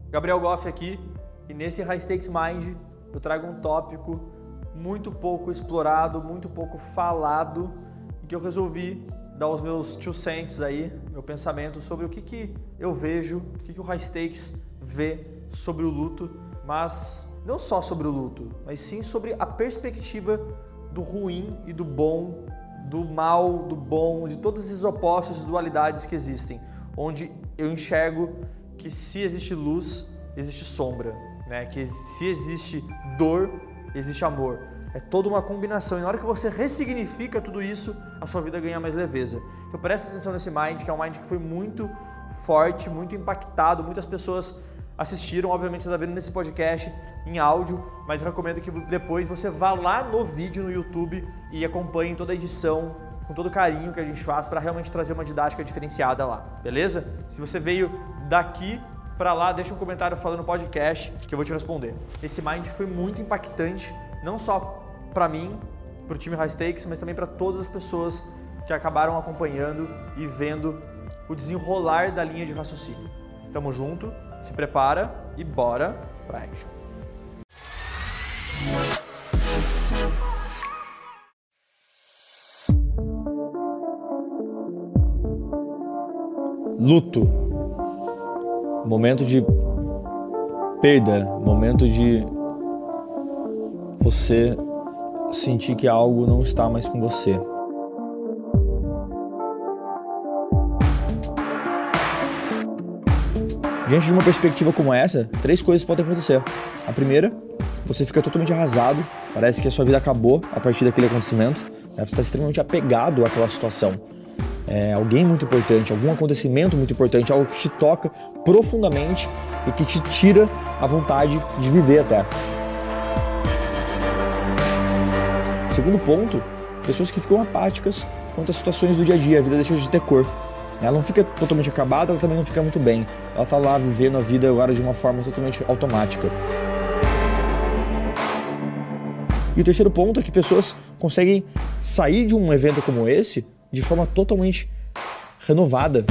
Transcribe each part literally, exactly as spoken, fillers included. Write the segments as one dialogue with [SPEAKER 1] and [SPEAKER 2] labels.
[SPEAKER 1] Gabriel Goff aqui, e nesse High Stakes Mind eu trago um tópico muito pouco explorado, muito pouco falado, em que eu resolvi dar os meus two cents aí, meu pensamento sobre o que, que eu vejo, o que, que o High Stakes vê sobre o luto, mas não só sobre o luto, mas sim sobre a perspectiva do ruim e do bom, do mal, do bom, de todos esses opostos e dualidades que existem, onde eu enxergo que se existe luz, existe sombra, né? Que se existe dor, existe amor. É toda uma combinação, e na hora que você ressignifica tudo isso, a sua vida ganha mais leveza. Então presta atenção nesse mind, que é um mind que foi muito forte, muito impactado, muitas pessoas assistiram, obviamente você está vendo nesse podcast em áudio, mas eu recomendo que depois você vá lá no vídeo no YouTube e acompanhe toda a edição, com todo o carinho que a gente faz para realmente trazer uma didática diferenciada lá, beleza? Se você veio daqui para lá, deixa um comentário falando no podcast que eu vou te responder. Esse mind foi muito impactante, não só para mim, para o time High Stakes, mas também para todas as pessoas que acabaram acompanhando e vendo o desenrolar da linha de raciocínio. Tamo junto, se prepara e bora pra action.
[SPEAKER 2] Luto, momento de perda, momento de você sentir que algo não está mais com você. Diante de uma perspectiva como essa, três coisas podem acontecer. A primeira, você fica totalmente arrasado, parece que a sua vida acabou a partir daquele acontecimento, né? Você está extremamente apegado àquela situação. É, alguém muito importante, algum acontecimento muito importante, algo que te toca profundamente e que te tira a vontade de viver até. Segundo ponto, pessoas que ficam apáticas quanto às situações do dia a dia, a vida deixa de ter cor. Ela não fica totalmente acabada, ela também não fica muito bem. Ela está lá vivendo a vida agora de uma forma totalmente automática. E o terceiro ponto é que pessoas conseguem sair de um evento como esse de forma totalmente renovada.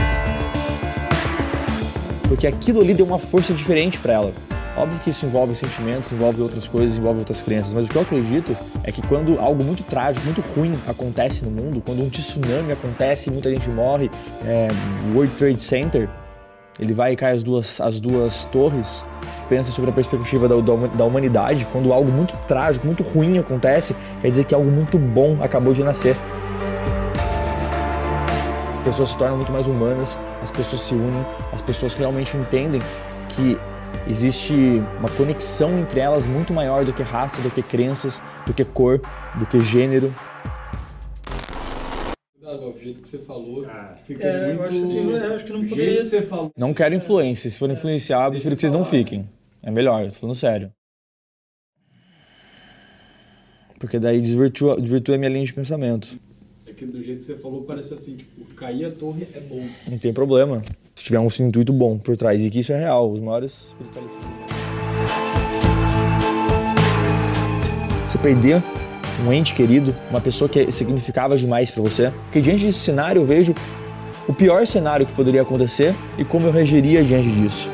[SPEAKER 2] Porque aquilo ali deu uma força diferente para ela. Óbvio que isso envolve sentimentos, envolve outras coisas, envolve outras crenças, mas o que eu acredito é que quando algo muito trágico, muito ruim acontece no mundo, quando um tsunami acontece e muita gente morre, é, World Trade Center, ele vai e cai as duas, as duas torres, pensa sobre a perspectiva da, da humanidade, quando algo muito trágico, muito ruim acontece, quer dizer que algo muito bom acabou de nascer. As pessoas se tornam muito mais humanas, as pessoas se unem, as pessoas realmente entendem que existe uma conexão entre elas muito maior do que raça, do que crenças, do que cor, do que gênero.
[SPEAKER 3] O jeito que você falou, ah, ficou
[SPEAKER 4] é,
[SPEAKER 3] muito...
[SPEAKER 4] Eu acho, assim, eu acho que não
[SPEAKER 3] o
[SPEAKER 4] poderia...
[SPEAKER 3] jeito que você falou...
[SPEAKER 2] Não quero influência, se for influenciar, eu prefiro que vocês não fiquem. É melhor, eu tô falando sério. Porque daí desvirtua, desvirtua a minha linha de pensamento.
[SPEAKER 3] É que do jeito que você falou, parece assim, tipo, cair a torre é bom.
[SPEAKER 2] Não tem problema. Se tiver um intuito bom por trás, e que isso é real, os maiores espiritualistas. Você perder um ente querido, uma pessoa que significava demais pra você, porque diante desse cenário eu vejo o pior cenário que poderia acontecer e como eu reagiria diante disso.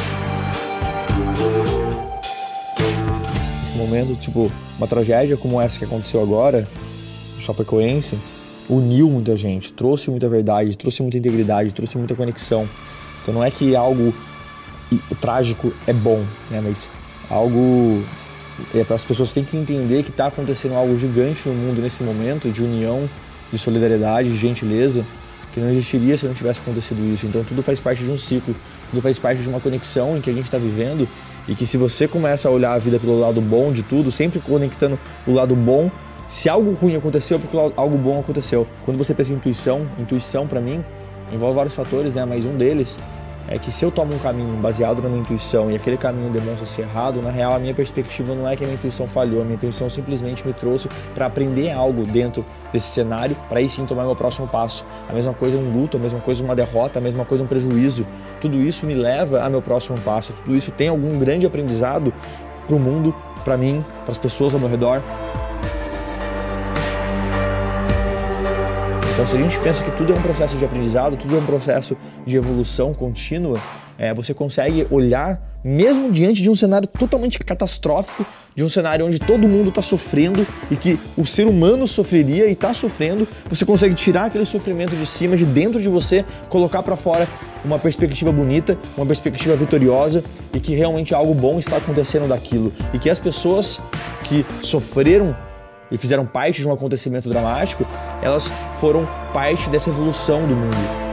[SPEAKER 2] Nesse momento, tipo, uma tragédia como essa que aconteceu agora, no Chapecoense, uniu muita gente, trouxe muita verdade, trouxe muita integridade, trouxe muita conexão. Então não é que algo trágico é bom, né? Mas algo... É, as pessoas têm que entender que está acontecendo algo gigante no mundo nesse momento, de união, de solidariedade, de gentileza, que não existiria se não tivesse acontecido isso. Então tudo faz parte de um ciclo, tudo faz parte de uma conexão em que a gente está vivendo, e que se você começa a olhar a vida pelo lado bom de tudo, sempre conectando o lado bom, se algo ruim aconteceu, é porque algo bom aconteceu. Quando você pensa em intuição, intuição para mim envolve vários fatores, né? Mas um deles é que se eu tomo um caminho baseado na minha intuição e aquele caminho demonstra ser errado, na real a minha perspectiva não é que a minha intuição falhou, a minha intuição simplesmente me trouxe para aprender algo dentro desse cenário, para aí sim tomar meu próximo passo. A mesma coisa um luto, a mesma coisa uma derrota, a mesma coisa um prejuízo. Tudo isso me leva a meu próximo passo, tudo isso tem algum grande aprendizado para o mundo, para mim, para as pessoas ao meu redor. Então, se a gente pensa que tudo é um processo de aprendizado, tudo é um processo de evolução contínua, é, você consegue olhar, mesmo diante de um cenário totalmente catastrófico, de um cenário onde todo mundo está sofrendo e que o ser humano sofreria e está sofrendo, você consegue tirar aquele sofrimento de cima, de dentro de você, colocar para fora uma perspectiva bonita, uma perspectiva vitoriosa e que realmente algo bom está acontecendo daquilo. E que as pessoas que sofreram e fizeram parte de um acontecimento dramático, elas foram parte dessa evolução do mundo.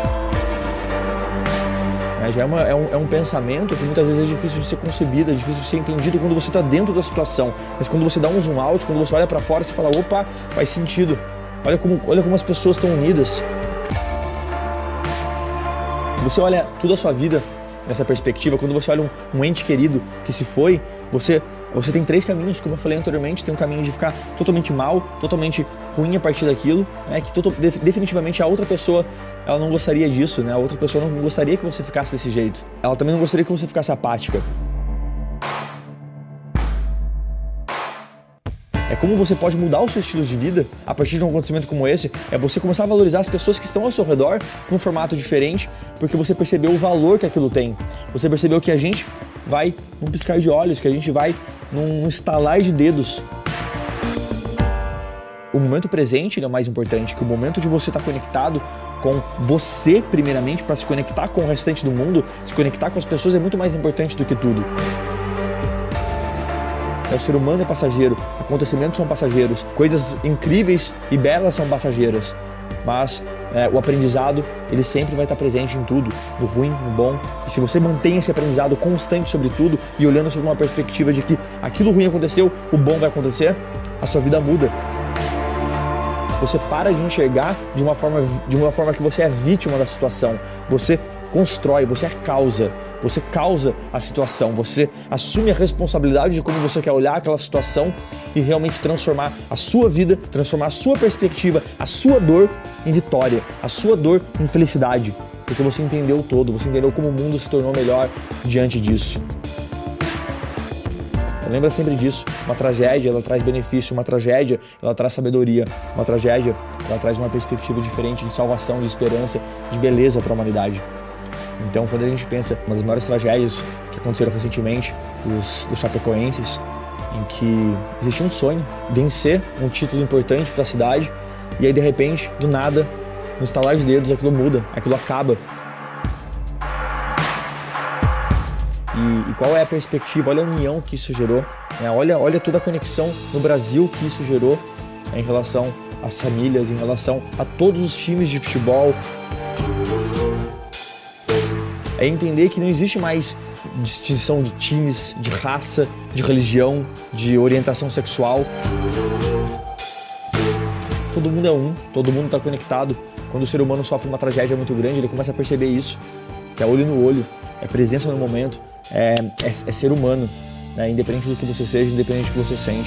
[SPEAKER 2] É, já é, uma, é, um, é um pensamento que muitas vezes é difícil de ser concebido, é difícil de ser entendido quando você está dentro da situação. Mas quando você dá um zoom out, quando você olha para fora, você fala, opa, faz sentido. Olha como, olha como as pessoas estão unidas. Você olha toda a sua vida nessa perspectiva, quando você olha um, um ente querido que se foi, você, você tem três caminhos, como eu falei anteriormente. Tem um caminho de ficar totalmente mal, totalmente ruim a partir daquilo, né, que to, definitivamente a outra pessoa ela não gostaria disso, né, a outra pessoa não gostaria que você ficasse desse jeito, ela também não gostaria que você ficasse apática. É como você pode mudar o seu estilo de vida a partir de um acontecimento como esse, é você começar a valorizar as pessoas que estão ao seu redor num formato diferente, porque você percebeu o valor que aquilo tem. Você percebeu que a gente vai num piscar de olhos, que a gente vai num estalar de dedos. O momento presente é o mais importante, que o momento de você estar conectado com você primeiramente, para se conectar com o restante do mundo, se conectar com as pessoas é muito mais importante do que tudo. O ser humano é passageiro, acontecimentos são passageiros, coisas incríveis e belas são passageiras, mas é, o aprendizado ele sempre vai estar presente em tudo, no ruim, no bom. E se você mantém esse aprendizado constante sobre tudo e olhando sobre uma perspectiva de que aquilo ruim aconteceu, o bom vai acontecer, a sua vida muda. Você para de enxergar de uma forma, de uma forma que você é vítima da situação, você constrói, você é causa, você causa a situação, você assume a responsabilidade de como você quer olhar aquela situação e realmente transformar a sua vida, transformar a sua perspectiva, a sua dor em vitória, a sua dor em felicidade, porque você entendeu o todo, você entendeu como o mundo se tornou melhor diante disso. Então, lembra sempre disso, uma tragédia ela traz benefício, uma tragédia ela traz sabedoria, uma tragédia ela traz uma perspectiva diferente de salvação, de esperança, de beleza para a humanidade. Então, quando a gente pensa uma das maiores tragédias que aconteceram recentemente dos, dos chapecoenses, em que existia um sonho, vencer um título importante para a cidade, e aí de repente, do nada, no estalar de dedos, aquilo muda, aquilo acaba. E, e qual é a perspectiva? Olha a união que isso gerou, né? olha, olha toda a conexão no Brasil que isso gerou, né? Em relação às famílias, em relação a todos os times de futebol. É entender que não existe mais distinção de times, de raça, de religião, de orientação sexual. Todo mundo é um, todo mundo está conectado. Quando o ser humano sofre uma tragédia muito grande, ele começa a perceber isso, que é olho no olho, é presença no momento, é, é, é ser humano, né? Independente do que você seja, independente do que você sente.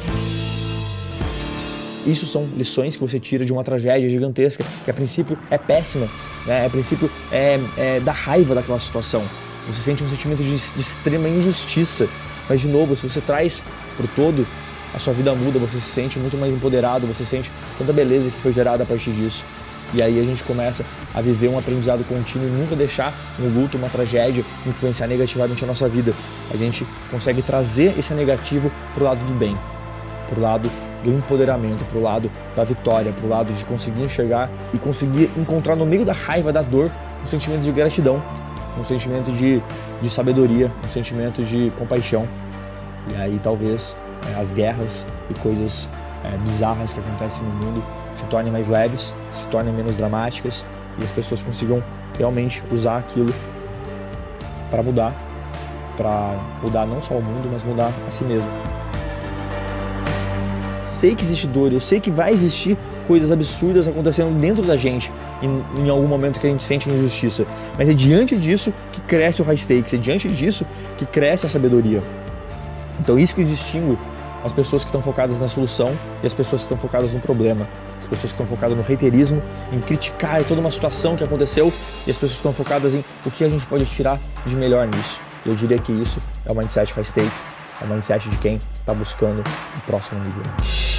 [SPEAKER 2] Isso são lições que você tira de uma tragédia gigantesca, que a princípio é péssima, né? A princípio é, é da raiva daquela situação. Você sente um sentimento de, de extrema injustiça, mas de novo, se você traz pro todo, a sua vida muda, você se sente muito mais empoderado, você sente tanta beleza que foi gerada a partir disso. E aí a gente começa a viver um aprendizado contínuo e nunca deixar um luto, uma tragédia influenciar negativamente a nossa vida. A gente consegue trazer esse negativo pro lado do bem, pro lado do empoderamento, pro lado da vitória, pro lado de conseguir enxergar e conseguir encontrar no meio da raiva, da dor, um sentimento de gratidão, um sentimento de, de sabedoria, um sentimento de compaixão. E aí talvez é, as guerras e coisas é, bizarras que acontecem no mundo se tornem mais leves, se tornem menos dramáticas e as pessoas consigam realmente usar aquilo para mudar, para mudar não só o mundo, mas mudar a si mesmo. Sei que existe dor, eu sei que vai existir coisas absurdas acontecendo dentro da gente em, em algum momento que a gente sente injustiça, mas é diante disso que cresce o high stakes, é diante disso que cresce a sabedoria. Então isso que distingue as pessoas que estão focadas na solução e as pessoas que estão focadas no problema, as pessoas que estão focadas no reiterismo, em criticar toda uma situação que aconteceu e as pessoas que estão focadas em o que a gente pode tirar de melhor nisso. Eu diria que isso é o mindset high stakes, é o mindset de quem está buscando o próximo nível.